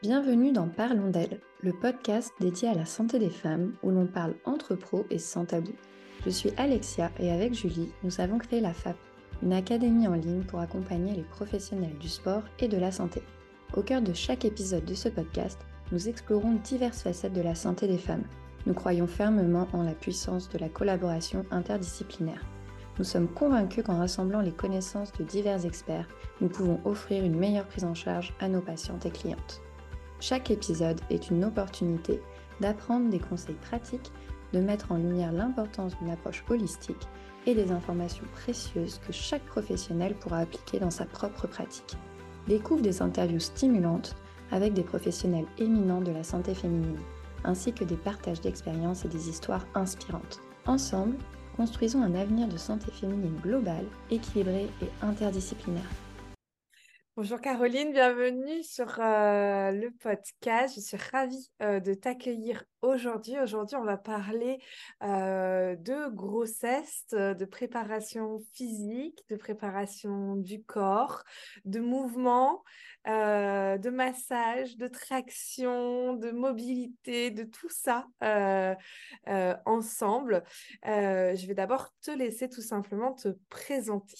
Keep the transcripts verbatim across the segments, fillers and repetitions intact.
Bienvenue dans Parlons d'elle, le podcast dédié à la santé des femmes où l'on parle entre pros et sans tabou. Je suis Alexia et avec Julie, nous avons créé la F A P, une académie en ligne pour accompagner les professionnels du sport et de la santé. Au cœur de chaque épisode de ce podcast, nous explorons diverses facettes de la santé des femmes. Nous croyons fermement en la puissance de la collaboration interdisciplinaire. Nous sommes convaincus qu'en rassemblant les connaissances de divers experts, nous pouvons offrir une meilleure prise en charge à nos patientes et clientes. Chaque épisode est une opportunité d'apprendre des conseils pratiques, de mettre en lumière l'importance d'une approche holistique et des informations précieuses que chaque professionnel pourra appliquer dans sa propre pratique. Découvre des interviews stimulantes avec des professionnels éminents de la santé féminine, ainsi que des partages d'expériences et des histoires inspirantes. Ensemble, construisons un avenir de santé féminine globale, équilibré et interdisciplinaire. Bonjour Caroline, bienvenue sur euh, le podcast. Je suis ravie euh, de t'accueillir aujourd'hui. Aujourd'hui, on va parler euh, de grossesse, de préparation physique, de préparation du corps, de mouvement, euh, de massage, de traction, de mobilité, de tout ça euh, euh, ensemble. Euh, je vais d'abord te laisser tout simplement te présenter.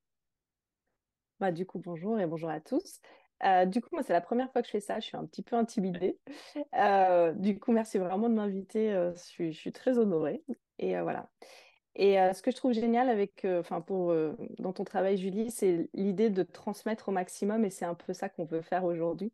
Bah, du coup, bonjour et bonjour à tous. Euh, du coup, moi, c'est la première fois que je fais ça. Je suis un petit peu intimidée. Euh, du coup, merci vraiment de m'inviter. Euh, je suis, je suis très honorée. Et euh, voilà. Et euh, ce que je trouve génial avec, euh, enfin, pour euh, dans ton travail, Julie, c'est l'idée de transmettre au maximum. Et c'est un peu ça qu'on veut faire aujourd'hui.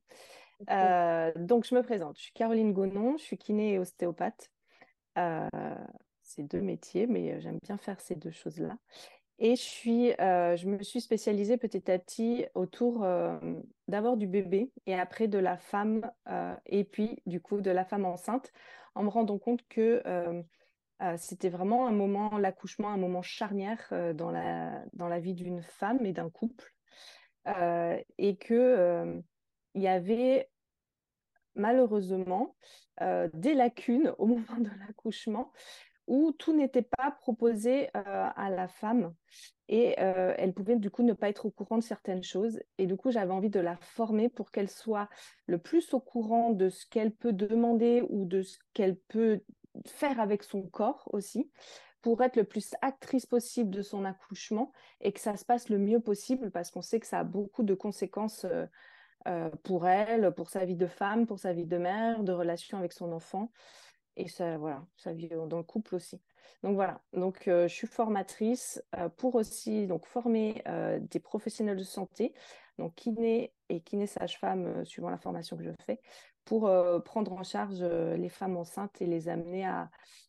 Euh, donc, je me présente. Je suis Caroline Gonon. Je suis kiné et ostéopathe. Euh, c'est deux métiers, mais euh, j'aime bien faire ces deux choses-là. Et je suis, euh, je me suis spécialisée petit à petit autour euh, d'abord du bébé et après de la femme euh, et puis du coup de la femme enceinte en me rendant compte que euh, euh, c'était vraiment un moment, l'accouchement, un moment charnière euh, dans la, dans la vie d'une femme et d'un couple euh, et que euh, il y avait malheureusement euh, des lacunes au moment de l'accouchement où tout n'était pas proposé euh, à la femme et euh, elle pouvait du coup ne pas être au courant de certaines choses. Et du coup, j'avais envie de la former pour qu'elle soit le plus au courant de ce qu'elle peut demander ou de ce qu'elle peut faire avec son corps aussi, pour être le plus actrice possible de son accouchement et que ça se passe le mieux possible parce qu'on sait que ça a beaucoup de conséquences euh, euh, pour elle, pour sa vie de femme, pour sa vie de mère, de relation avec son enfant et ça, voilà, sa vie dans le couple aussi. Donc voilà, donc euh, je suis formatrice euh, pour aussi donc former euh, des professionnels de santé, donc kiné et kiné sage-femme euh, suivant la formation que je fais, pour euh, prendre en charge euh, les femmes enceintes et les amener à,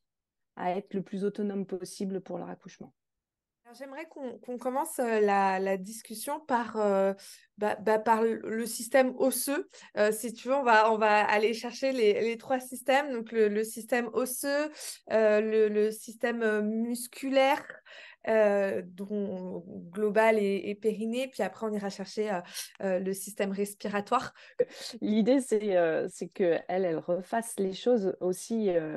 à être le plus autonome possible pour leur accouchement. Alors, j'aimerais qu'on qu'on commence euh, la, la discussion par, euh, bah, bah, par le le système osseux. Euh, si tu veux, on va, on va aller chercher les, les trois systèmes. Donc, le, le système osseux, euh, le, le système euh, musculaire, euh, dont, global et, et périnée. Puis après, on ira chercher euh, euh, le système respiratoire. L'idée, c'est euh, c'est qu'elle, elle refasse les choses aussi euh,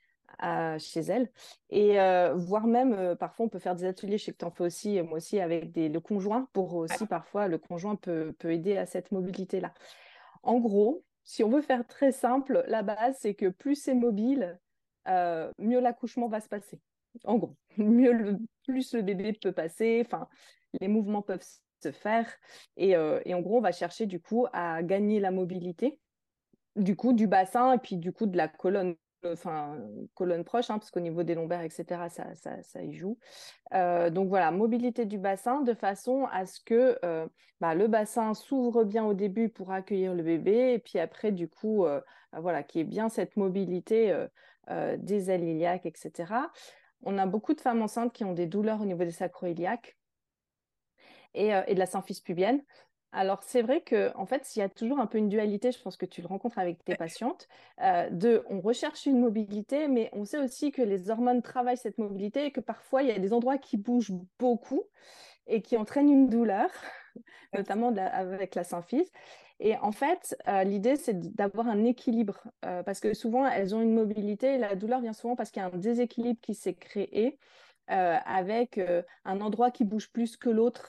à- chez elle. Et euh, voire même, euh, parfois, on peut faire des ateliers, je sais que tu en fais aussi, et moi aussi, avec des, le conjoint, pour aussi, parfois, le conjoint peut, peut aider à cette mobilité-là. En gros, si on veut faire très simple, la base, c'est que plus c'est mobile, euh, mieux l'accouchement va se passer. En gros, mieux le, plus le bébé peut passer, enfin, les mouvements peuvent se faire. Et, euh, et en gros, on va chercher du coup à gagner la mobilité du coup du bassin et puis du coup de la colonne, enfin colonne proche, hein, parce qu'au niveau des lombaires, et cetera, ça, ça, ça y joue. Euh, donc voilà, mobilité du bassin de façon à ce que euh, bah, le bassin s'ouvre bien au début pour accueillir le bébé et puis après du coup, euh, voilà, qu'il y ait bien cette mobilité euh, euh, des ailes iliaques, et cetera. On a beaucoup de femmes enceintes qui ont des douleurs au niveau des sacro-iliaques et, euh, et de la symphyse pubienne. Alors, c'est vrai que, en fait, il y a toujours un peu une dualité, je pense que tu le rencontres avec tes patientes, euh, de on recherche une mobilité, mais on sait aussi que les hormones travaillent cette mobilité et que parfois, il y a des endroits qui bougent beaucoup et qui entraînent une douleur, notamment de la- avec la symphyse. Et en fait, euh, l'idée, c'est d'avoir un équilibre, euh, parce que souvent, elles ont une mobilité et la douleur vient souvent parce qu'il y a un déséquilibre qui s'est créé euh, avec euh, un endroit qui bouge plus que l'autre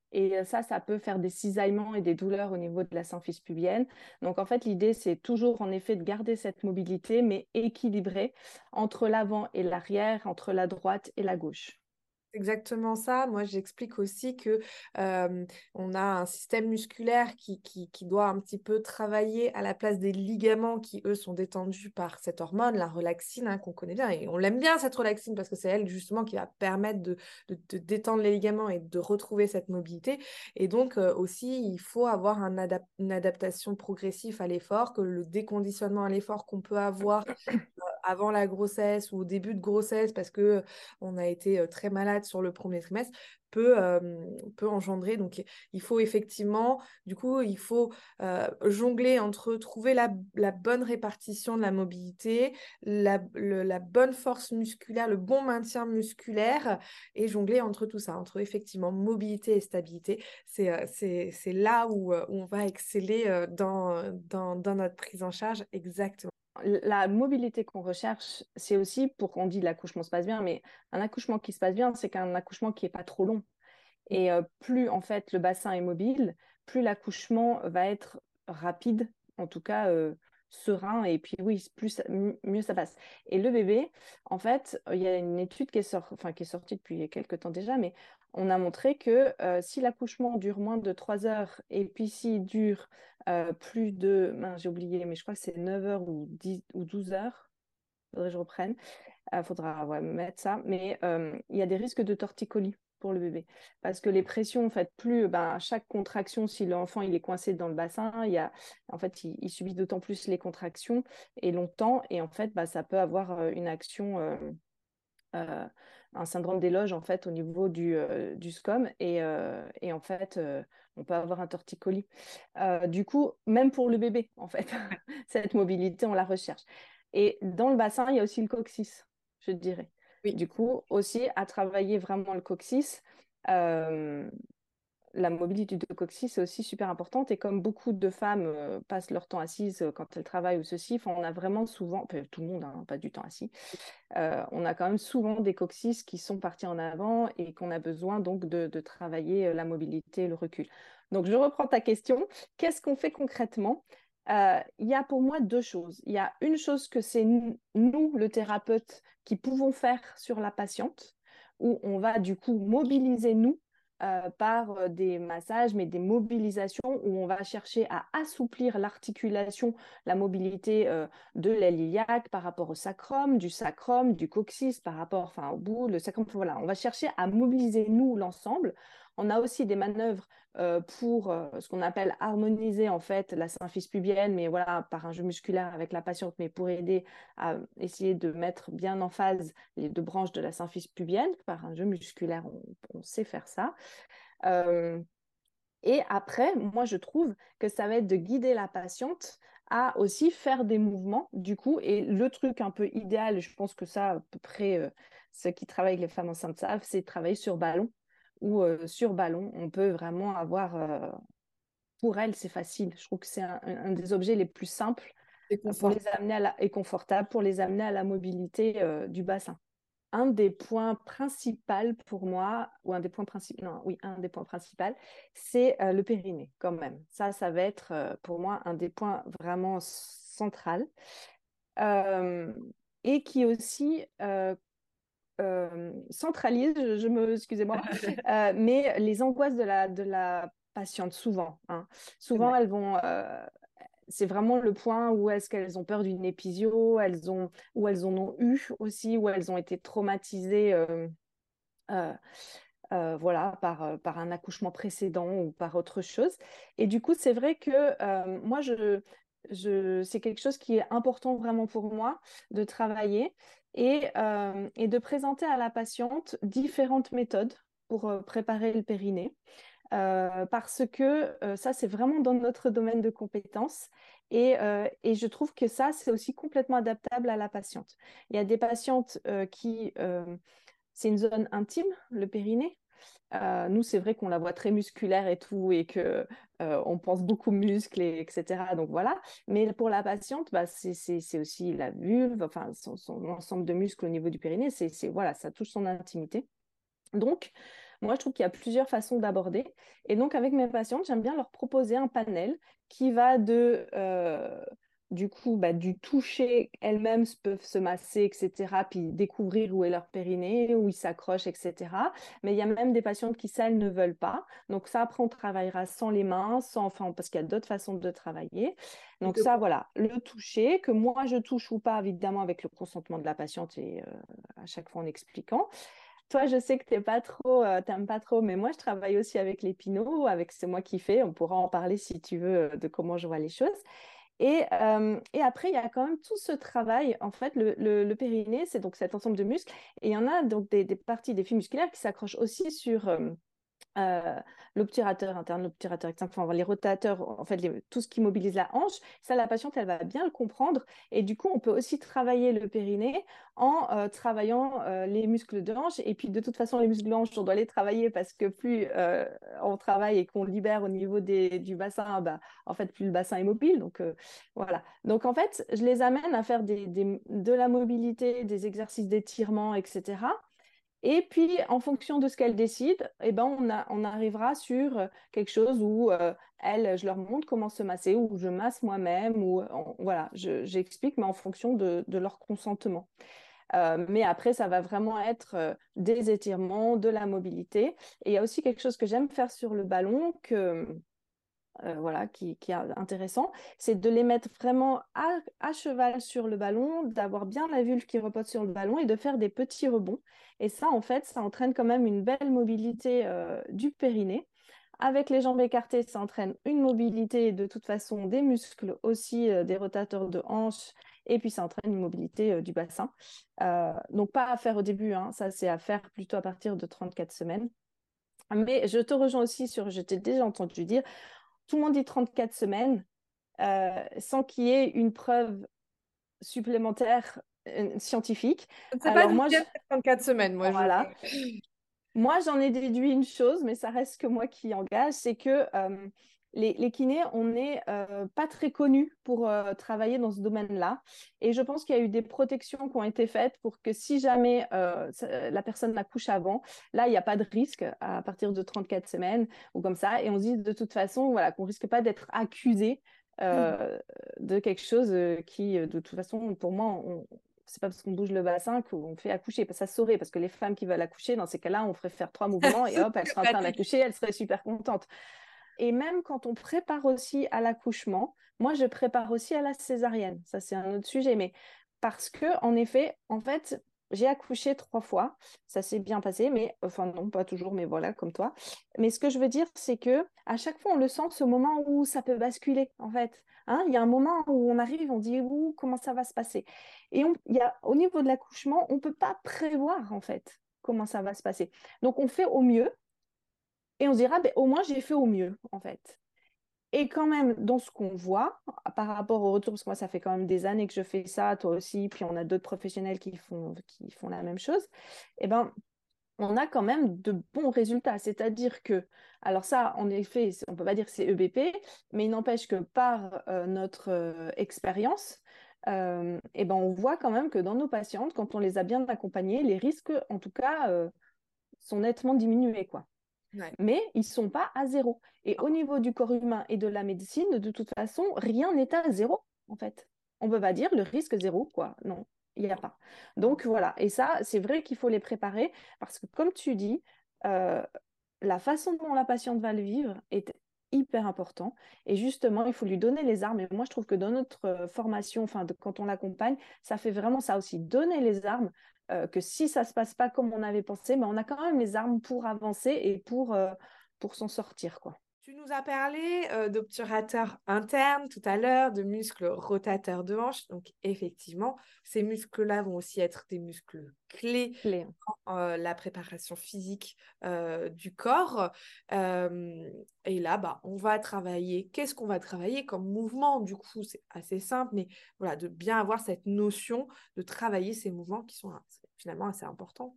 Et ça, ça peut faire des cisaillements et des douleurs au niveau de la symphyse pubienne. Donc, en fait, l'idée, c'est toujours, en effet, de garder cette mobilité, mais équilibrée entre l'avant et l'arrière, entre la droite et la gauche. Exactement ça. Moi, j'explique aussi que euh, on a un système musculaire qui, qui, qui doit un petit peu travailler à la place des ligaments qui, eux, sont détendus par cette hormone, la relaxine, hein, qu'on connaît bien. Et on l'aime bien, cette relaxine, parce que c'est elle, justement, qui va permettre de, de, de détendre les ligaments et de retrouver cette mobilité. Et donc, euh, aussi, il faut avoir un adap- une adaptation progressive à l'effort, que le déconditionnement à l'effort qu'on peut avoir avant la grossesse ou au début de grossesse parce que on a été très malade sur le premier trimestre peut, euh, peut engendrer. Donc, il faut effectivement, du coup, il faut euh, jongler entre trouver la, la bonne répartition de la mobilité, la, le, la bonne force musculaire, le bon maintien musculaire et jongler entre tout ça, entre effectivement mobilité et stabilité. C'est euh, c'est, c'est là où, où on va exceller euh, dans, dans, dans notre prise en charge. Exactement. La mobilité qu'on recherche, c'est aussi pour qu'on dit l'accouchement se passe bien, mais un accouchement qui se passe bien, c'est qu'un accouchement qui n'est pas trop long. Et euh, plus en fait le bassin est mobile, plus l'accouchement va être rapide, en tout cas euh, serein, et puis oui, plus, mieux ça passe. Et le bébé, en fait, il y a une étude qui est, sort... enfin, qui est sortie depuis quelques temps déjà, mais on a montré que euh, si l'accouchement dure moins de trois heures, et puis s'il dure euh, plus de, mince, j'ai oublié, mais je crois que c'est neuf heures ou dix ou douze heures, faudrait que je reprenne, il faudra ouais, mettre ça, mais euh, il y a des risques de torticolis pour le bébé. Parce que les pressions, en fait, plus ben, chaque contraction, si l'enfant il est coincé dans le bassin, il y a, en fait, il, il subit d'autant plus les contractions et longtemps, et en fait, bah, ça peut avoir euh, une action, euh, euh, un syndrome d'éloge, en fait, au niveau du, euh, du S C O M, et, euh, et en fait, euh, on peut avoir un torticolis. Euh, du coup, même pour le bébé, en fait, cette mobilité, on la recherche. Et dans le bassin, il y a aussi le coccyx, je dirais. Oui. Du coup, aussi, à travailler vraiment le coccyx, euh, la mobilité du coccyx est aussi super importante. Et comme beaucoup de femmes euh, passent leur temps assises euh, quand elles travaillent ou ceci, enfin, on a vraiment souvent, enfin, tout le monde n'a pas du temps assis, euh, on a quand même souvent des coccyx qui sont partis en avant et qu'on a besoin donc de, de travailler euh, la mobilité et le recul. Donc, je reprends ta question. Qu'est-ce qu'on fait concrètement? Euh, Il y a pour moi deux choses. Il y a une chose que c'est nous, le thérapeute, qui pouvons faire sur la patiente, où on va du coup mobiliser nous euh, par euh, des massages, mais des mobilisations où on va chercher à assouplir l'articulation, la mobilité euh, de l'aile iliaque par rapport au sacrum, du sacrum, du coccyx par rapport enfin, au bout, le sacrum. Voilà, on va chercher à mobiliser nous l'ensemble. On a aussi des manœuvres euh, pour euh, ce qu'on appelle harmoniser en fait la symphyse pubienne, mais voilà, par un jeu musculaire avec la patiente, mais pour aider à essayer de mettre bien en phase les deux branches de la symphyse pubienne. Par un jeu musculaire, on, on sait faire ça. Euh, et après, moi, je trouve que ça va être de guider la patiente à aussi faire des mouvements, du coup. Et le truc un peu idéal, je pense que ça, à peu près, euh, ceux qui travaillent avec les femmes enceintes savent, c'est de travailler sur ballon. Ou euh, sur ballon, on peut vraiment avoir... Euh, pour elles, c'est facile. Je trouve que c'est un, un des objets les plus simples C'est pour confort. les amener à la, et confortable pour les amener à la mobilité euh, du bassin. Un des points principaux pour moi, ou un des points principaux, non, oui, un des points principaux, c'est euh, le périnée, quand même. Ça, ça va être euh, pour moi un des points vraiment central. Euh, et qui aussi euh, euh, centralise, je, je me, excusez-moi, euh, mais les angoisses de la, de la patiente, souvent. Hein. C'est Souvent, vrai. elles vont, euh, c'est vraiment le point où est-ce qu'elles ont peur d'une épisio, elles ont, où elles en ont eu aussi, où elles ont été traumatisées euh, euh, euh, voilà, par, euh, par un accouchement précédent ou par autre chose. Et du coup, c'est vrai que euh, moi, je, je, c'est quelque chose qui est important vraiment pour moi de travailler et, euh, et de présenter à la patiente différentes méthodes pour euh, préparer le périnée. Euh, parce que euh, ça, c'est vraiment dans notre domaine de compétences. Et, euh, et je trouve que ça, c'est aussi complètement adaptable à la patiente. Il y a des patientes euh, qui, euh, c'est une zone intime, le périnée. Euh, nous, c'est vrai qu'on la voit très musculaire et tout, et que euh, on pense beaucoup muscles, et, etc. Donc voilà. Mais pour la patiente, bah, c'est, c'est, c'est aussi la vulve, enfin son, son ensemble de muscles au niveau du périnée. C'est, c'est, voilà, ça touche son intimité. Donc, Moi, je trouve qu'il y a plusieurs façons d'aborder. Et donc, avec mes patientes, j'aime bien leur proposer un panel qui va de, euh, du coup, bah, du toucher, elles-mêmes peuvent se masser, et cetera, puis découvrir où est leur périnée, où ils s'accrochent, et cetera. Mais il y a même des patientes qui, ça, elles ne veulent pas. Donc ça, après, on travaillera sans les mains, sans, enfin, parce qu'il y a d'autres façons de travailler. Donc De ça, quoi? voilà, le toucher, que moi, je touche ou pas, évidemment, avec le consentement de la patiente et euh, à chaque fois en expliquant. Toi, je sais que tu pas trop, euh, t'aimes pas trop, mais moi, je travaille aussi avec les pinots, avec c'est moi qui fais. On pourra en parler si tu veux euh, de comment je vois les choses. Et, euh, et après, il y a quand même tout ce travail. En fait, le, le, le périnée, c'est donc cet ensemble de muscles. Et il y en a donc des, des parties, des fils musculaires qui s'accrochent aussi sur, euh, euh, l'obturateur interne, l'obturateur externe, enfin, les rotateurs, en fait, les, tout ce qui mobilise la hanche. Ça, la patiente, elle va bien le comprendre. Et du coup, on peut aussi travailler le périnée en euh, travaillant euh, les muscles de hanche. Et puis, de toute façon, les muscles de hanche, on doit les travailler parce que plus euh, on travaille et qu'on libère au niveau des, du bassin, bah, en fait, plus le bassin est mobile. Donc, euh, voilà. Donc, en fait, je les amène à faire des, des, de la mobilité, des exercices d'étirement, et cetera. Et puis, en fonction de ce qu'elles décident, eh ben, on, a, on arrivera sur euh, quelque chose où euh, elles, je leur montre comment se masser, ou je masse moi-même, ou on- voilà, je- j'explique, mais en fonction de, de leur consentement. Euh, mais après, ça va vraiment être euh, des étirements, de la mobilité. Et il y a aussi quelque chose que j'aime faire sur le ballon, que, euh, voilà, qui, qui est intéressant, c'est de les mettre vraiment à, à cheval sur le ballon, d'avoir bien la vulve qui repose sur le ballon et de faire des petits rebonds. Et ça, en fait, ça entraîne quand même une belle mobilité euh, du périnée. Avec les jambes écartées, ça entraîne une mobilité de toute façon des muscles aussi, euh, des rotateurs de hanches, et puis ça entraîne une mobilité euh, du bassin. Euh, donc pas à faire au début, hein, ça c'est à faire plutôt à partir de trente-quatre semaines. Mais je te rejoins aussi sur, je t'ai déjà entendu dire, tout le monde dit trente-quatre semaines, euh, sans qu'il y ait une preuve supplémentaire euh, scientifique. Je ne sais pas Alors d'où moi, je... viennent ces trente-quatre semaines, moi. Je... voilà. Moi, j'en ai déduit une chose, mais ça reste que moi qui engage, c'est que euh, les, les kinés, on n'est euh, pas très connus pour euh, travailler dans ce domaine-là. Et je pense qu'il y a eu des protections qui ont été faites pour que si jamais euh, ça- la personne accouche avant, là, il n'y a pas de risque à partir de trente-quatre semaines ou comme ça. Et on se dit de toute façon, voilà, qu'on ne risque pas d'être accusé euh, de quelque chose euh, qui, euh, de toute façon, pour moi, on, c'est pas parce qu'on bouge le bassin qu'on fait accoucher. Ça se saurait, parce que les femmes qui veulent accoucher, dans ces cas-là, on ferait faire trois mouvements et hop, elles seraient en train d'accoucher, elles seraient super contentes. Et même quand on prépare aussi à l'accouchement, moi, je prépare aussi à la césarienne. Ça, c'est un autre sujet, mais parce que, en effet, en fait, j'ai accouché trois fois, ça s'est bien passé, mais enfin non, pas toujours, mais voilà, comme toi. Mais ce que je veux dire, c'est que à chaque fois, on le sent ce moment où ça peut basculer, en fait. Hein, il y a un moment où on arrive, on dit ouh, comment ça va se passer. Et on, il y a, au niveau de l'accouchement, on ne peut pas prévoir, en fait, comment ça va se passer. Donc, on fait au mieux et on se dira, ben, au moins, j'ai fait au mieux, en fait. Et quand même, dans ce qu'on voit, par rapport au retour, parce que moi, ça fait quand même des années que je fais ça, toi aussi, puis on a d'autres professionnels qui font, qui font la même chose, eh ben, on a quand même de bons résultats. C'est-à-dire que, alors ça, en effet, on ne peut pas dire que c'est E B P, mais il n'empêche que par euh, notre euh, expérience, euh, eh ben, on voit quand même que dans nos patientes, quand on les a bien accompagnées, les risques, en tout cas, euh, sont nettement diminués, quoi. Ouais. Mais ils ne sont pas à zéro. Et au niveau du corps humain et de la médecine, de toute façon, rien n'est à zéro, en fait. On ne peut pas dire le risque zéro, quoi. Non, il n'y a pas. Donc voilà, et ça, c'est vrai qu'il faut les préparer parce que, comme tu dis, euh, la façon dont la patiente va le vivre est hyper important. Et justement, il faut lui donner les armes. Et moi, je trouve que dans notre euh, formation, enfin, de- quand on l'accompagne, ça fait vraiment ça aussi, donner les armes, euh, que si ça ne se passe pas comme on avait pensé, ben, on a quand même les armes pour avancer et pour, euh, pour s'en sortir, quoi. Tu nous as parlé euh, d'obturateur interne tout à l'heure, de muscles rotateurs de hanche. Donc, effectivement, ces muscles-là vont aussi être des muscles clés Clé. dans euh, la préparation physique euh, du corps. Euh, et là, bah, on va travailler. Qu'est-ce qu'on va travailler comme mouvement? Du coup, c'est assez simple, mais voilà, de bien avoir cette notion de travailler ces mouvements qui sont euh, finalement assez importants.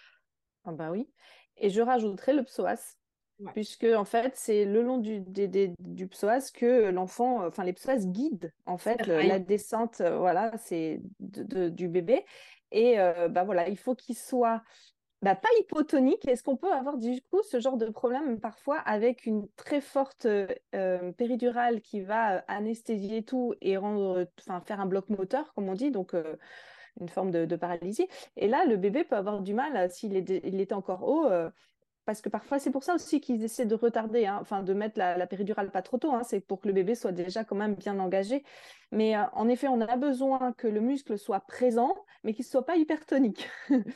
Ah bah oui. Et je rajouterai le psoas. Ouais. Puisque en fait, c'est le long du, des- des- du psoas que l'enfant, euh, enfin les psoas guident en C'est fait le- rail. la descente, euh, voilà, c'est de- de- du bébé. Et euh, bah voilà, il faut qu'il soit bah, pas hypotonique. Est-ce qu'on peut avoir du coup ce genre de problème parfois avec une très forte euh, euh, péridurale qui va euh, anesthésier tout et rendre, enfin, faire un bloc moteur, comme on dit, donc euh, une forme de, de paralysie. Et là, le bébé peut avoir du mal, euh, s'il est, il est encore haut, euh, parce que parfois, c'est pour ça aussi qu'ils essaient de retarder, hein, enfin de mettre la, la péridurale pas trop tôt, hein, c'est pour que le bébé soit déjà quand même bien engagé. Mais euh, en effet, on a besoin que le muscle soit présent, mais qu'il ne soit pas hypertonique.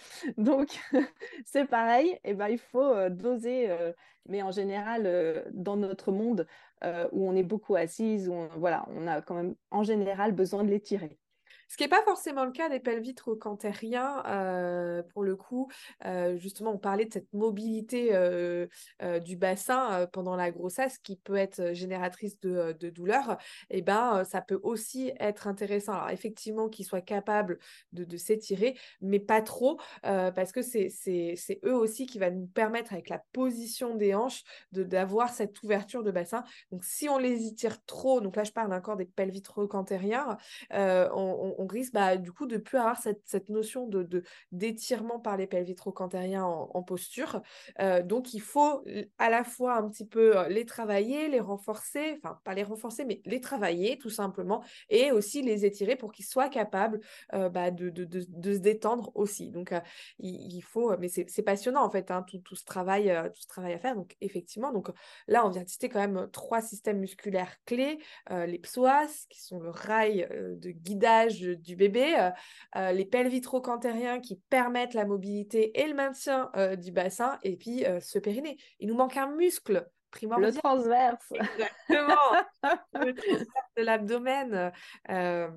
Donc, c'est pareil, et ben, il faut euh, doser, euh, mais en général, euh, dans notre monde euh, où on est beaucoup assise, où on, voilà, on a quand même en général besoin de l'étirer. Ce qui n'est pas forcément le cas des pelvis trochanteriens, euh, pour le coup. Euh, justement, on parlait de cette mobilité euh, euh, du bassin euh, pendant la grossesse qui peut être génératrice de, de douleur. Et ben, euh, ça peut aussi être intéressant. Alors, effectivement, qu'ils soient capables de, de s'étirer, mais pas trop, euh, parce que c'est, c'est, c'est eux aussi qui va nous permettre, avec la position des hanches, de, d'avoir cette ouverture de bassin. Donc, si on les étire trop, donc là, je parle encore des pelvis trochantériens, euh, on, on, on risque bah, du coup de ne plus avoir cette, cette notion de, de, d'étirement par les pelvis trochantériens en, en posture. Euh, donc, il faut à la fois un petit peu les travailler, les renforcer, enfin, pas les renforcer, mais les travailler tout simplement, et aussi les étirer pour qu'ils soient capables euh, bah, de, de, de, de se détendre aussi. Donc, euh, il, il faut, mais c'est, c'est passionnant en fait, hein, tout, tout, ce travail, euh, tout ce travail à faire. Donc, effectivement, donc, là, on vient de citer quand même trois systèmes musculaires clés, euh, les psoas, qui sont le rail euh, de guidage du bébé, euh, euh, les pelvis trochantériens qui permettent la mobilité et le maintien euh, du bassin, et puis euh, ce périnée. Il nous manque un muscle Le primordial. transverse. Exactement. Le transverse de l'abdomen, euh,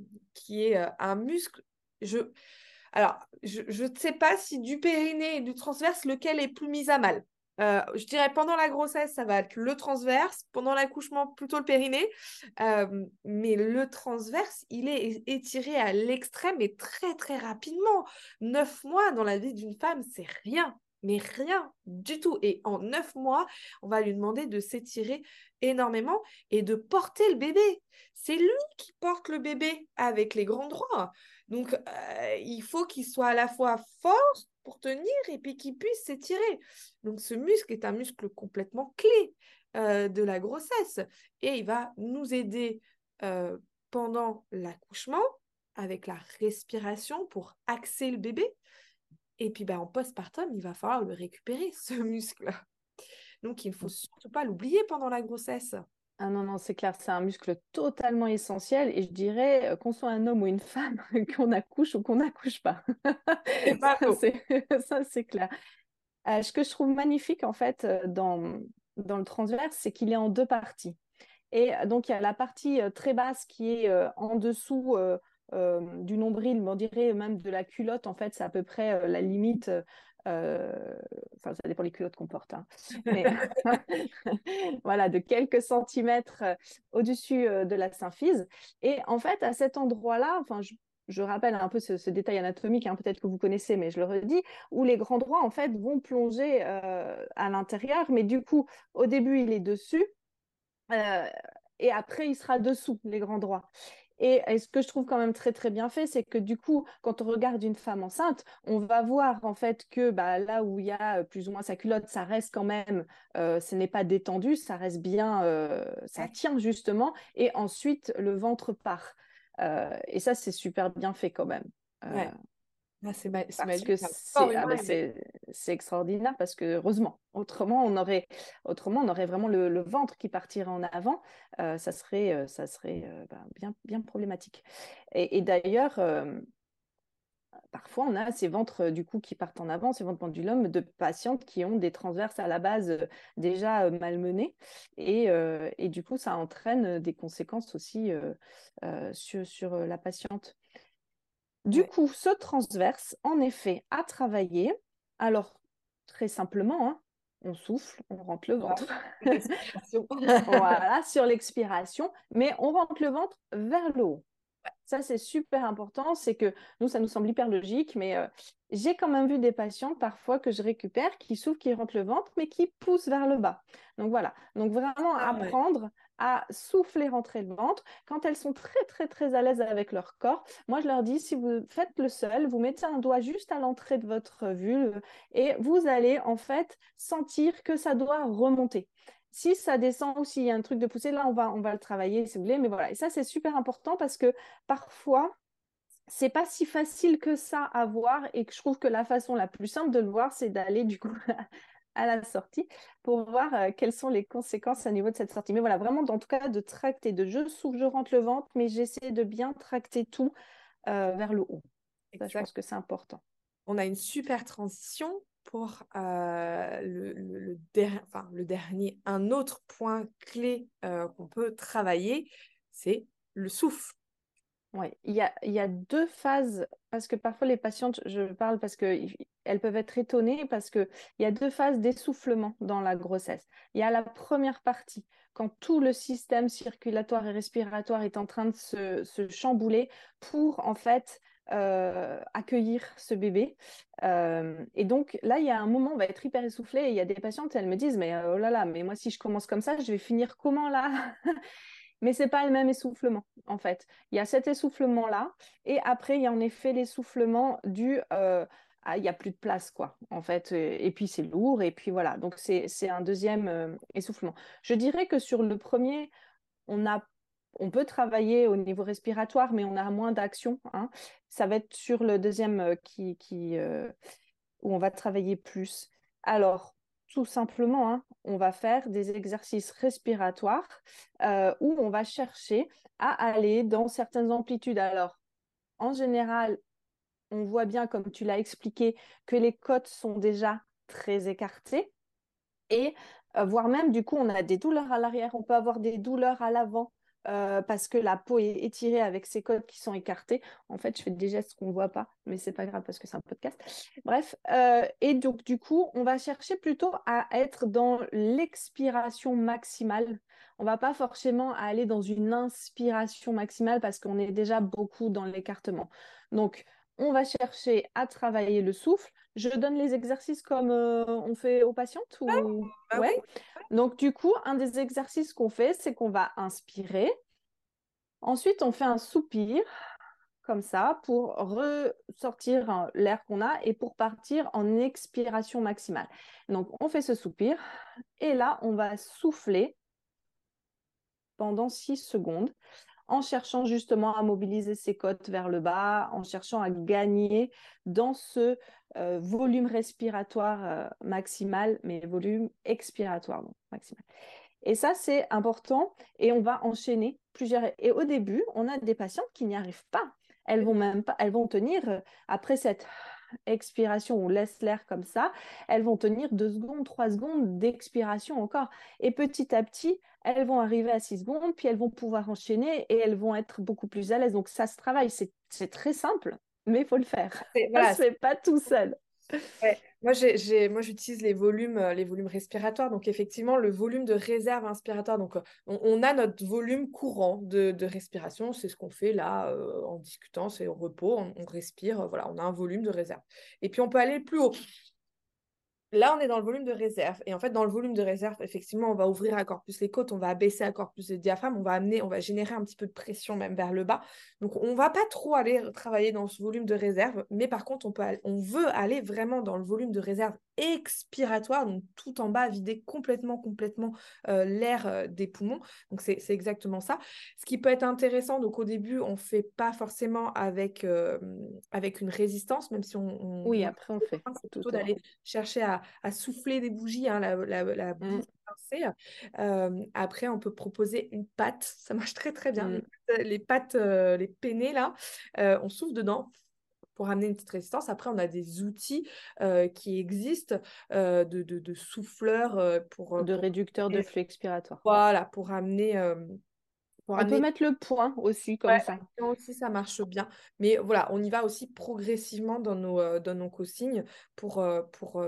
qui est euh, un muscle. Je... Alors, je ne sais pas si du périnée et du transverse, lequel est plus mis à mal. Euh, je dirais pendant la grossesse, ça va être le transverse, pendant l'accouchement, plutôt le périnée. Euh, mais le transverse, il est étiré à l'extrême et très, très rapidement. Neuf mois dans la vie d'une femme, c'est rien, mais rien du tout. Et en neuf mois, on va lui demander de s'étirer énormément et de porter le bébé. C'est lui qui porte le bébé avec les grands droits. Donc, euh, il faut qu'il soit à la fois fort pour tenir et puis qu'il puisse s'étirer. Donc, ce muscle est un muscle complètement clé euh, de la grossesse et il va nous aider euh, pendant l'accouchement avec la respiration pour axer le bébé. Et puis, bah, en postpartum, il va falloir le récupérer, ce muscle. Donc, il ne faut surtout pas l'oublier pendant la grossesse. Ah non, non, c'est clair, c'est un muscle totalement essentiel et je dirais euh, qu'on soit un homme ou une femme, qu'on accouche ou qu'on n'accouche pas. C'est pas Ça, faux. c'est, ça, c'est clair. Euh, ce que je trouve magnifique, en fait, euh, dans, dans le transverse, c'est qu'il est en deux parties. Et euh, donc, il y a la partie euh, très basse qui est euh, en dessous euh, euh, du nombril, mais on dirait même de la culotte, en fait, c'est à peu près euh, la limite. euh, Enfin, ça dépend des culottes qu'on porte, hein. Mais voilà, de quelques centimètres euh, au-dessus euh, de la symphyse. Et en fait, à cet endroit-là, enfin, je, je rappelle un peu ce, ce détail anatomique, hein, peut-être que vous connaissez, mais je le redis, où les grands droits, en fait, vont plonger euh, à l'intérieur, mais du coup, au début, il est dessus, euh, et après, il sera dessous, les grands droits. Et, et ce que je trouve quand même très très bien fait, c'est que du coup, quand on regarde une femme enceinte, on va voir en fait que bah, là où il y a plus ou moins sa culotte, ça reste quand même, euh, ce n'est pas détendu, ça reste bien, euh, ça tient justement, et ensuite le ventre part. Euh, et ça, c'est super bien fait quand même. Euh, Ouais. Ah, c'est ma- c'est parce magique. que Le corps c'est ah humain, bah il est- c'est c'est extraordinaire parce que heureusement autrement on aurait autrement on aurait vraiment le, le ventre qui partirait en avant. Euh, ça serait euh, ça serait euh, bah, bien bien problématique et, et d'ailleurs euh, parfois on a ces ventres euh, du coup qui partent en avant, ces ventres pendulum de patientes qui ont des transverses à la base euh, déjà euh, malmenées et, euh, et du coup ça entraîne des conséquences aussi euh, euh, sur, sur euh, la patiente. Du Ouais. coup, ce transverse, en effet, à travailler. Alors, très simplement, hein, on souffle, on rentre le Voilà. ventre. Respiration. Voilà, sur l'expiration, mais on rentre le ventre vers le haut. Ça, c'est super important. C'est que nous, ça nous semble hyper logique, mais euh, j'ai quand même vu des patients parfois que je récupère qui souffrent, qui rentrent le ventre, mais qui poussent vers le bas. Donc voilà. Donc vraiment Ah, ouais. apprendre à souffler, rentrer le ventre. Quand elles sont très, très, très à l'aise avec leur corps, moi, je leur dis, si vous faites le seul, vous mettez un doigt juste à l'entrée de votre vulve et vous allez en fait sentir que ça doit remonter. Si ça descend ou s'il y a un truc de poussée, là, on va, on va le travailler si vous voulez. Mais voilà, et ça, c'est super important parce que parfois, c'est pas si facile que ça à voir et que je trouve que la façon la plus simple de le voir, c'est d'aller du coup à la sortie pour voir euh, quelles sont les conséquences au niveau de cette sortie. Mais voilà, vraiment, en tout cas, de tracter, de je souffle, je rentre le ventre, mais j'essaie de bien tracter tout euh, vers le haut. Ça, je pense que c'est important. On a une super transition pour euh, le, le, le, der enfin, le dernier, un autre point clé euh, qu'on peut travailler, c'est le souffle. Oui, il y a, il y a deux phases, parce que parfois les patientes, je parle parce qu'elles peuvent être étonnées, parce qu'il y a deux phases d'essoufflement dans la grossesse. Il y a la première partie, quand tout le système circulatoire et respiratoire est en train de se, se chambouler pour en fait euh, accueillir ce bébé. Euh, et donc là, il y a un moment, on va être hyper essoufflé, et il y a des patientes, elles me disent, mais oh là là, mais moi si je commence comme ça, je vais finir comment là? Mais ce n'est pas le même essoufflement, en fait. Il y a cet essoufflement-là, et après, il y a en effet l'essoufflement du euh, ah, il n'y a plus de place, quoi, en fait. Et puis, c'est lourd, et puis voilà. Donc, c'est un deuxième euh, essoufflement. Je dirais que sur le premier, on a, on peut travailler au niveau respiratoire, mais on a moins d'action, hein. Ça va être sur le deuxième euh, qui, qui, euh, où on va travailler plus. Alors, tout simplement, hein, on va faire des exercices respiratoires euh, où on va chercher à aller dans certaines amplitudes. Alors, en général, on voit bien, comme tu l'as expliqué, que les côtes sont déjà très écartées et euh, voire même, du coup, on a des douleurs à l'arrière, on peut avoir des douleurs à l'avant. Euh, parce que la peau est étirée avec ses côtes qui sont écartées. En fait, je fais des gestes qu'on ne voit pas, mais c'est pas grave parce que c'est un podcast. Bref, euh, et donc du coup, on va chercher plutôt à être dans l'expiration maximale. On va pas forcément aller dans une inspiration maximale parce qu'on est déjà beaucoup dans l'écartement. Donc, on va chercher à travailler le souffle. Je donne les exercices comme euh, on fait aux patientes ou... Ah, ouais. oui. Donc, du coup, un des exercices qu'on fait, c'est qu'on va inspirer. Ensuite, on fait un soupir, comme ça, pour ressortir l'air qu'on a et pour partir en expiration maximale. Donc, on fait ce soupir. Et là, on va souffler pendant six secondes en cherchant justement à mobiliser ses côtes vers le bas, en cherchant à gagner dans ce euh, volume respiratoire euh, maximal, mais volume expiratoire donc, maximal. Et ça, c'est important et on va enchaîner plusieurs. Et au début, on a des patientes qui n'y arrivent pas. Elles vont même pas, elles vont tenir, euh, après cette expiration, on laisse l'air comme ça, elles vont tenir deux secondes, trois secondes d'expiration encore. Et petit à petit, elles vont arriver à six secondes, puis elles vont pouvoir enchaîner et elles vont être beaucoup plus à l'aise. Donc ça se travaille, c'est très simple, mais il faut le faire. Voilà, ça ne se fait pas tout seul. Ouais. Moi, j'ai, moi, j'utilise les volumes, euh, les volumes respiratoires. Donc, effectivement, le volume de réserve inspiratoire. Donc, euh, on, on a notre volume courant de, de respiration. C'est ce qu'on fait là euh, en discutant. C'est au repos, on, on respire. Euh, voilà, on a un volume de réserve. Et puis, on peut aller plus haut. Là, on est dans le volume de réserve. Et en fait, dans le volume de réserve, effectivement, on va ouvrir encore plus les côtes, on va abaisser encore plus le diaphragme, on va amener, on va générer un petit peu de pression même vers le bas. Donc, on ne va pas trop aller travailler dans ce volume de réserve, mais par contre, on, peut aller, on veut aller vraiment dans le volume de réserve expiratoire, donc tout en bas, vider complètement, complètement euh, l'air euh, des poumons. Donc, c'est exactement ça. Ce qui peut être intéressant, donc au début, on ne fait pas forcément avec, euh, avec une résistance, même si on... on oui, on... après, on fait. C'est plutôt d'aller chercher à, à souffler des bougies, hein, la, la, la bouche pincée. Euh, après, on peut proposer une pâte. Ça marche très, très bien. Mm. Les, les pâtes, euh, les penne, là, euh, on souffle dedans pour amener une petite résistance. Après, on a des outils euh, qui existent euh, de, de, de souffleurs euh, pour, De pour... réducteur de flux expiratoire. Voilà, pour amener... Euh, On amener... peut mettre le point aussi comme ouais, ça. aussi, ça marche bien. Mais voilà, on y va aussi progressivement dans nos, euh, dans nos consignes pour, euh, pour, euh, pour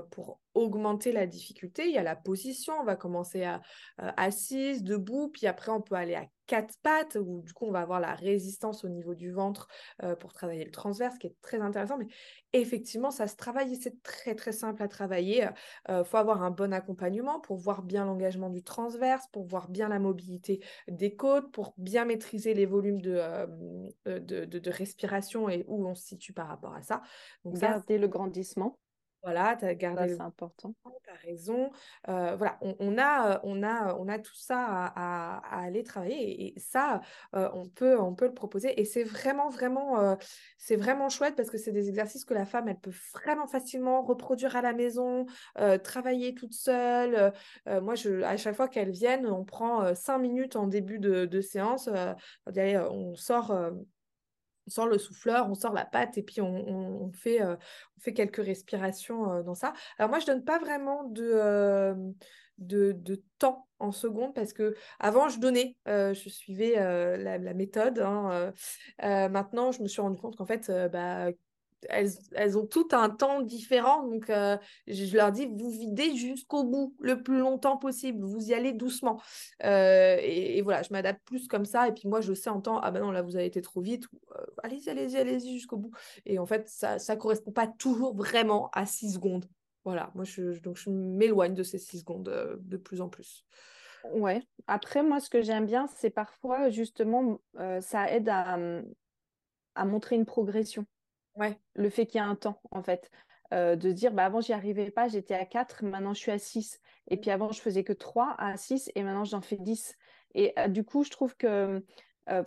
augmenter la difficulté, il y a la position, on va commencer à euh, assise, debout, puis après on peut aller à quatre pattes, où du coup on va avoir la résistance au niveau du ventre euh, pour travailler le transverse, qui est très intéressant, mais effectivement ça se travaille et c'est très très simple à travailler. Il euh, faut avoir un bon accompagnement pour voir bien l'engagement du transverse, pour voir bien la mobilité des côtes, pour bien maîtriser les volumes de, euh, de, de, de respiration et où on se situe par rapport à ça. Donc ça, Garder le grandissement, voilà, tu as ça gardé le c'est important. tu as raison. Euh, voilà, on, on a, euh, on, a, on a tout ça à, à- à aller travailler et, et ça, euh, on peut, on peut le proposer. Et c'est vraiment, vraiment, euh, c'est vraiment chouette parce que c'est des exercices que la femme, elle peut vraiment facilement reproduire à la maison, euh, travailler toute seule. Euh, euh, moi, je, à chaque fois qu'elles viennent, on prend euh, cinq minutes en début de, de séance. Euh, allez, euh, on sort. Euh, on sort le souffleur, on sort la pâte et puis on, on- on fait, euh, on fait quelques respirations euh, dans ça. Alors moi, je donne pas vraiment de, euh, de, de temps en secondes parce que avant je donnais, euh, je suivais euh, la, la méthode, hein, euh, euh, maintenant, je me suis rendu compte qu'en fait, euh, bah, elles, elles ont tout un temps différent. Donc, euh, je, je leur dis, vous videz jusqu'au bout, le plus longtemps possible. Vous y allez doucement. Euh, et, et voilà, je m'adapte plus comme ça. Et puis moi, je sais en temps, ah ben non, là, vous avez été trop vite. Ou, euh, allez-y, allez-y, allez-y jusqu'au bout. Et en fait, ça ne correspond pas toujours vraiment à six secondes. Voilà, moi, je, je- donc je m'éloigne de ces six secondes euh, de plus en plus. Ouais. Après, moi, ce que j'aime bien, c'est parfois, justement, euh, ça aide à, à montrer une progression. Ouais. Le fait qu'il y a un temps, en fait. Euh, de dire, bah, avant, j'y arrivais pas, j'étais à quatre, maintenant, je suis à six. Et puis avant, je faisais que trois à six, et maintenant, j'en fais dix. Et euh, du coup, je trouve que euh,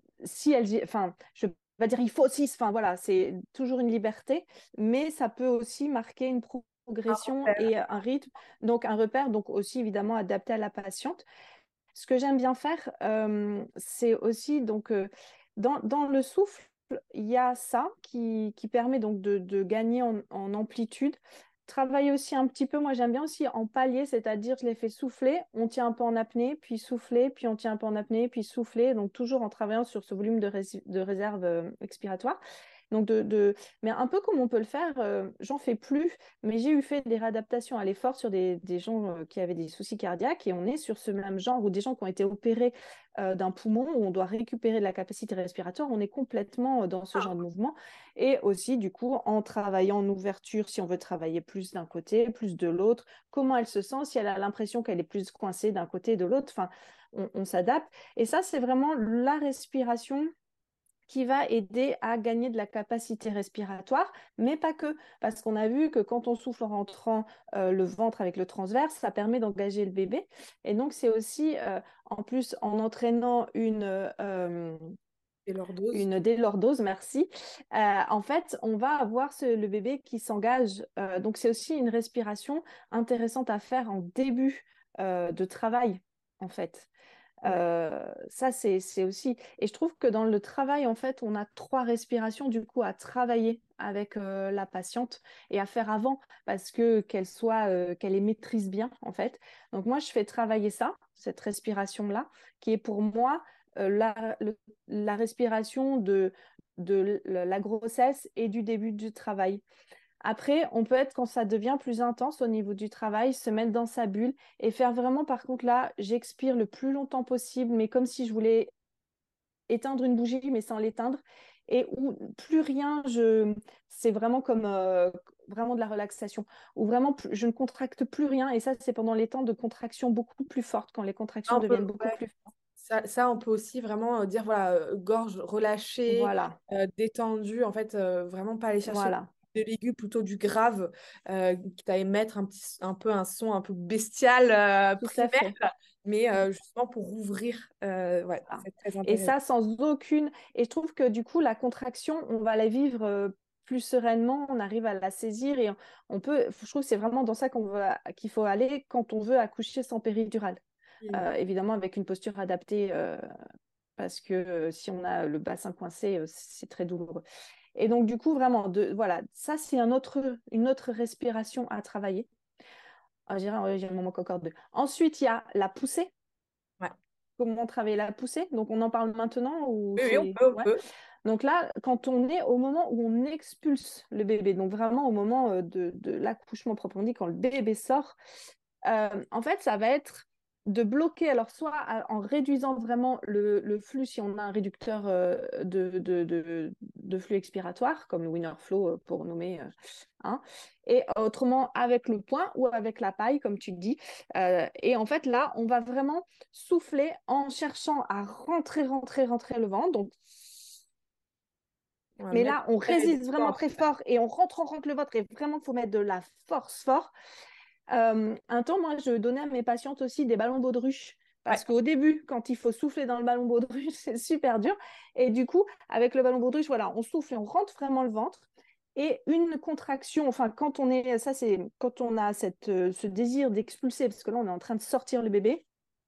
si elle... Enfin, je vais pas dire il faut six, enfin, voilà, c'est toujours une liberté, mais ça peut aussi marquer une progression et un rythme, donc un repère, donc aussi, évidemment, adapté à la patiente. Ce que j'aime bien faire, euh, c'est aussi donc euh, dans, dans le souffle, il y a ça qui, qui permet donc de, de gagner en, en amplitude. Travailler aussi un petit peu, moi j'aime bien aussi en palier, c'est-à-dire je les fais souffler, on tient un peu en apnée, puis souffler, puis on tient un peu en apnée, puis souffler, donc toujours en travaillant sur ce volume de, rés- de réserve euh, expiratoire. Donc de, de... Mais un peu comme on peut le faire, euh, j'en fais plus, mais j'ai eu fait des réadaptations à l'effort sur des, des gens euh, qui avaient des soucis cardiaques et on est sur ce même genre ou des gens qui ont été opérés euh, d'un poumon où on doit récupérer de la capacité respiratoire, on est complètement euh, dans ce genre de mouvement. Et aussi, du coup, en travaillant en ouverture, si on veut travailler plus d'un côté, plus de l'autre, comment elle se sent, si elle a l'impression qu'elle est plus coincée d'un côté et de l'autre, enfin, on, on s'adapte. Et ça, c'est vraiment la respiration qui va aider à gagner de la capacité respiratoire, mais pas que, parce qu'on a vu que quand on souffle en rentrant euh, le ventre avec le transverse, ça permet d'engager le bébé. Et donc, c'est aussi, euh, en plus, en entraînant une... Euh, Et leur dose. une délordose, merci. Euh, en fait, on va avoir ce- le bébé qui s'engage. Euh, donc, c'est aussi une respiration intéressante à faire en début euh, de travail, en fait. Ouais. Euh, ça, c'est, c'est aussi... Et je trouve que dans le travail, en fait, on a trois respirations, du coup, à travailler avec euh, la patiente et à faire avant, parce que qu'elle soit, euh, qu'elle les maîtrise bien, en fait. Donc, moi, je fais travailler ça, cette respiration-là, qui est pour moi euh, la, le- la respiration de, de la grossesse et du début du travail. Après, on peut être, quand ça devient plus intense au niveau du travail, se mettre dans sa bulle et faire vraiment, par contre, là, j'expire le plus longtemps possible, mais comme si je voulais éteindre une bougie, mais sans l'éteindre. Et où plus rien, je... c'est vraiment comme euh, vraiment de la relaxation, où vraiment je ne contracte plus rien. Et ça, c'est pendant les temps de contraction beaucoup plus fortes, quand les contractions Un peu, deviennent beaucoup ouais. plus fortes. Ça, ça, on peut aussi vraiment euh, dire, voilà, euh, gorge relâchée, Voilà, euh, détendue, en fait, euh, vraiment pas aller chercher voilà, de l'aigu, plutôt du grave, euh, quitte à émettre un petit, un peu un son un peu bestial, euh, tout à primaire, fait. mais euh, justement pour ouvrir, euh, ouais, Voilà. c'est très Et intéressant. ça, sans aucune... Et je trouve que du coup, la contraction, on va la vivre euh, plus sereinement, on arrive à la saisir et on, on peut... Je trouve que c'est vraiment dans ça qu'on veut, qu'il faut aller quand on veut accoucher sans péridurale. Mm. Euh, évidemment, avec une posture adaptée, euh, parce que euh, si on a le bassin coincé, euh, c'est très douloureux. Et donc, du coup, vraiment, de, voilà, ça, c'est un autre, une autre respiration à travailler. Ah, je dirais, euh, il m'en manque encore deux. Ensuite, il y a la poussée. Ouais. Comment travailler la poussée. Donc, on en parle maintenant ou Oui, oui, on c'est... peut, on Ouais. peut. Donc là, quand on est au moment où on expulse le bébé, donc vraiment au moment euh, de, de l'accouchement proprement dit, quand le bébé sort, euh, en fait, ça va être de bloquer, alors soit à- en réduisant vraiment le, le flux, si on a un réducteur euh, de, de, de, de flux expiratoire, comme le Winnerflow euh, pour nommer euh, un, et autrement avec le poing ou avec la paille, comme tu dis. Euh, et en fait, là, on va vraiment souffler en cherchant à rentrer, rentrer, rentrer le ventre. Donc, On va mais mettre là, on du résiste vraiment sport. très fort et on rentre, on rentre le ventre et vraiment, il faut mettre de la force fort. Euh, un temps, moi, je donnais à mes patientes aussi des ballons baudruche. Ouais. Parce qu'au début, quand il faut souffler dans le ballon baudruche, c'est super dur. Et du coup, avec le ballon baudruche, voilà, on souffle et on rentre vraiment le ventre. Et une contraction, enfin, quand on est, ça, c'est quand on a cette, euh, ce désir d'expulser, parce que là, on est en train de sortir le bébé,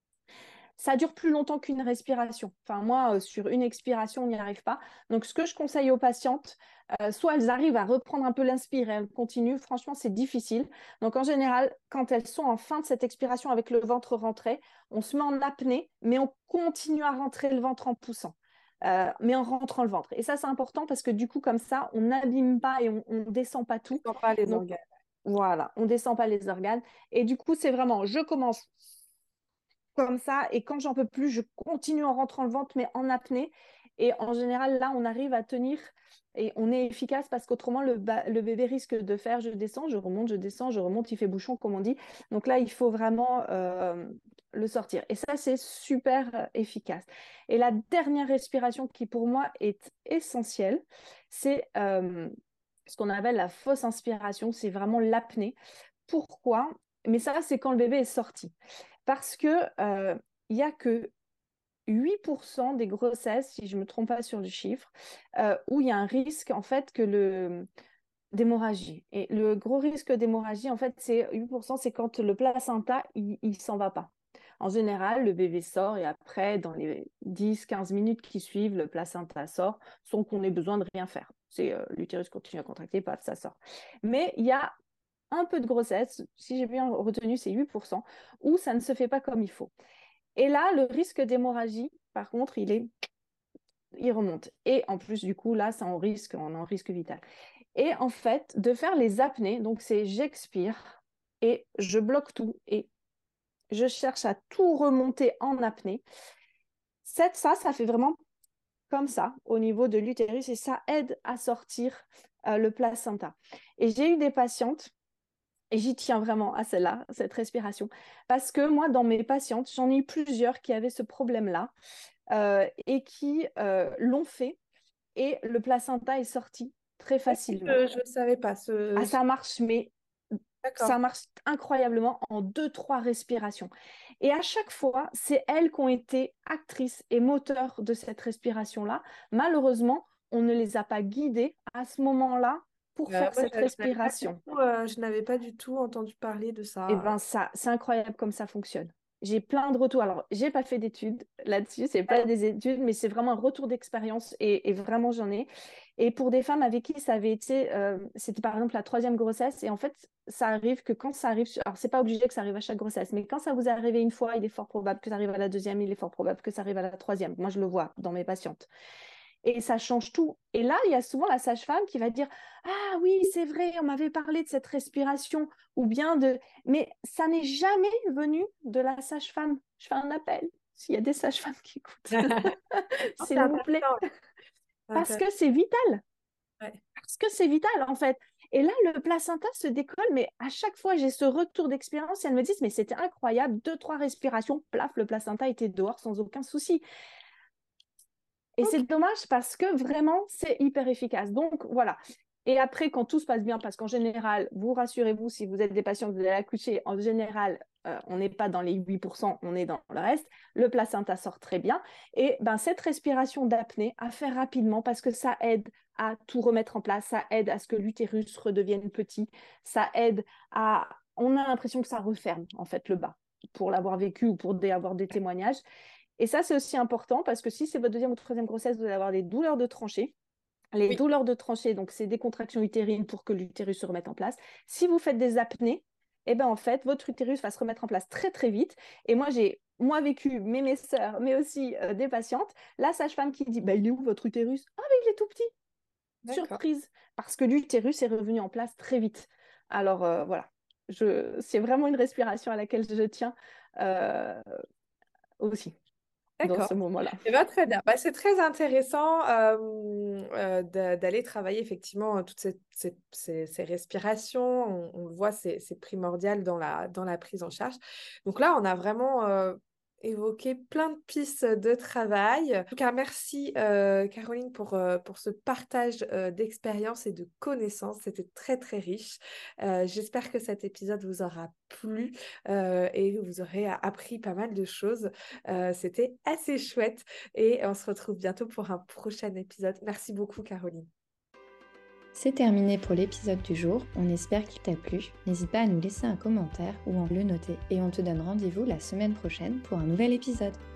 ça dure plus longtemps qu'une respiration. Enfin, moi, euh, sur une expiration, on n'y arrive pas. Donc, ce que je conseille aux patientes, euh, soit elles arrivent à reprendre un peu l'inspire et elles continuent. Franchement, c'est difficile. Donc, en général, quand elles sont en fin de cette expiration avec le ventre rentré, on se met en apnée, mais on continue à rentrer le ventre en poussant. Euh, mais en rentrant le ventre. Et ça, c'est important parce que du coup, comme ça, on n'abîme pas et on ne descend pas Je tout. sens pas les Donc, organes. voilà, on ne descend pas les organes. Et du coup, c'est vraiment, je commence comme ça, et quand j'en peux plus, je continue en rentrant le ventre, mais en apnée. Et en général, là, on arrive à tenir et on est efficace parce qu'autrement, le, le bébé risque de faire je descends, je remonte, je descends, je remonte, il fait bouchon, comme on dit. Donc là, il faut vraiment euh, le sortir. Et ça, c'est super euh, efficace. Et la dernière respiration qui, pour moi, est essentielle, c'est euh, ce qu'on appelle la fausse inspiration, c'est vraiment l'apnée. Pourquoi? Mais ça, c'est quand le bébé est sorti. Parce que euh, il n'y a que huit pour cent des grossesses, si je ne me trompe pas sur le chiffre, euh, où il y a un risque en fait que le d'hémorragie. Et le gros risque d'hémorragie, en fait, c'est huit pour cent, c'est quand le placenta, il ne s'en va pas. En général, le bébé sort et après, dans les dix quinze minutes qui suivent, le placenta sort sans qu'on ait besoin de rien faire. C'est euh, l'utérus continue à contracter, paf, ça sort. Mais il y a un peu de grossesse, si j'ai bien retenu, c'est huit pour cent, où ça ne se fait pas comme il faut. Et là, le risque d'hémorragie, par contre, il est, il remonte. Et en plus, du coup, là, ça en risque, on en risque vital. Et en fait, de faire les apnées, donc c'est j'expire et je bloque tout et je cherche à tout remonter en apnée. Ça, ça, ça fait vraiment comme ça au niveau de l'utérus et ça aide à sortir euh, le placenta. Et j'ai eu des patientes. Et j'y tiens vraiment à celle-là, cette respiration. Parce que moi, dans mes patientes, j'en ai eu plusieurs qui avaient ce problème-là euh, et qui euh, l'ont fait. Et le placenta est sorti très facilement. Je ne savais pas Ah, ce. ça marche, mais D'accord. ça marche incroyablement en deux, trois respirations. Et à chaque fois, c'est elles qui ont été actrices et moteurs de cette respiration-là. Malheureusement, on ne les a pas guidées à ce moment-là pour Euh, faire moi, cette je je n'avais pas du respiration. tout, euh, je n'avais pas du tout entendu parler de Eh ça. ben ça, c'est incroyable comme ça fonctionne. J'ai plein de retours. Alors, j'ai pas fait d'études là-dessus, c'est pas des études, mais c'est vraiment un retour d'expérience et, et vraiment j'en ai. Et pour des femmes avec qui ça avait été, euh, c'était par exemple la troisième grossesse, et en fait, ça arrive que quand ça arrive, alors c'est pas obligé que ça arrive à chaque grossesse, mais quand ça vous est arrivé une fois, il est fort probable que ça arrive à la deuxième, il est fort probable que ça arrive à la troisième. Moi, je le vois dans mes patientes. Et ça change tout. Et là, il y a souvent la sage-femme qui va dire ah oui, c'est vrai, on m'avait parlé de cette respiration, ou bien de. Mais ça n'est jamais venu de la sage-femme. Je fais un appel, s'il y a des sages-femmes qui écoutent, Non, c'est s'il vous plaît. intéressant. C'est Parce intéressant. que c'est vital. Ouais. Parce que c'est vital, en fait. Et là, le placenta se décolle, mais à chaque fois, j'ai ce retour d'expérience et elles me disent, mais c'était incroyable, deux, trois respirations, plaf, le placenta était dehors sans aucun souci. Et Ok. c'est dommage parce que vraiment, c'est hyper efficace. Donc, voilà. Et après, quand tout se passe bien, parce qu'en général, vous rassurez-vous, si vous êtes des patients que vous allez accoucher, en général, euh, on n'est pas dans les huit pour cent, on est dans le reste. Le placenta sort très bien. Et ben, cette respiration d'apnée à faire rapidement parce que ça aide à tout remettre en place, ça aide à ce que l'utérus redevienne petit, ça aide à... On a l'impression que ça referme, en fait, le bas, pour l'avoir vécu ou pour avoir des témoignages. Et ça, c'est aussi important parce que si c'est votre deuxième ou troisième grossesse, vous allez avoir des douleurs de tranchée. Les Oui. douleurs de tranchée, donc c'est des contractions utérines pour que l'utérus se remette en place. Si vous faites des apnées, eh ben, en fait, votre utérus va se remettre en place très, très vite. Et moi, j'ai moi vécu, mais mes sœurs, mais aussi euh, des patientes, la sage-femme qui dit, bah, il est où votre utérus? Ah, mais il est tout petit. D'accord. Surprise, parce que l'utérus est revenu en place très vite. Alors, euh, voilà, je... c'est vraiment une respiration à laquelle je tiens euh, aussi, dans D'accord. ce moment-là. Eh ben, très bien. Bah, c'est très intéressant euh, euh, d'a- d'aller travailler effectivement euh, toutes ces, ces- ces- ces respirations. On, on le voit, c'est c'est primordial dans la, dans la prise en charge. Donc là, on a vraiment euh, évoqué plein de pistes de travail. En tout cas, merci euh, Caroline pour, euh, pour ce partage euh, d'expériences et de connaissances. C'était très, très riche. Euh, j'espère que cet épisode vous aura plu euh, et que vous aurez appris pas mal de choses. Euh, c'était assez chouette et on se retrouve bientôt pour un prochain épisode. Merci beaucoup, Caroline. C'est terminé pour l'épisode du jour, on espère qu'il t'a plu. N'hésite pas à nous laisser un commentaire ou à le noter et on te donne rendez-vous la semaine prochaine pour un nouvel épisode.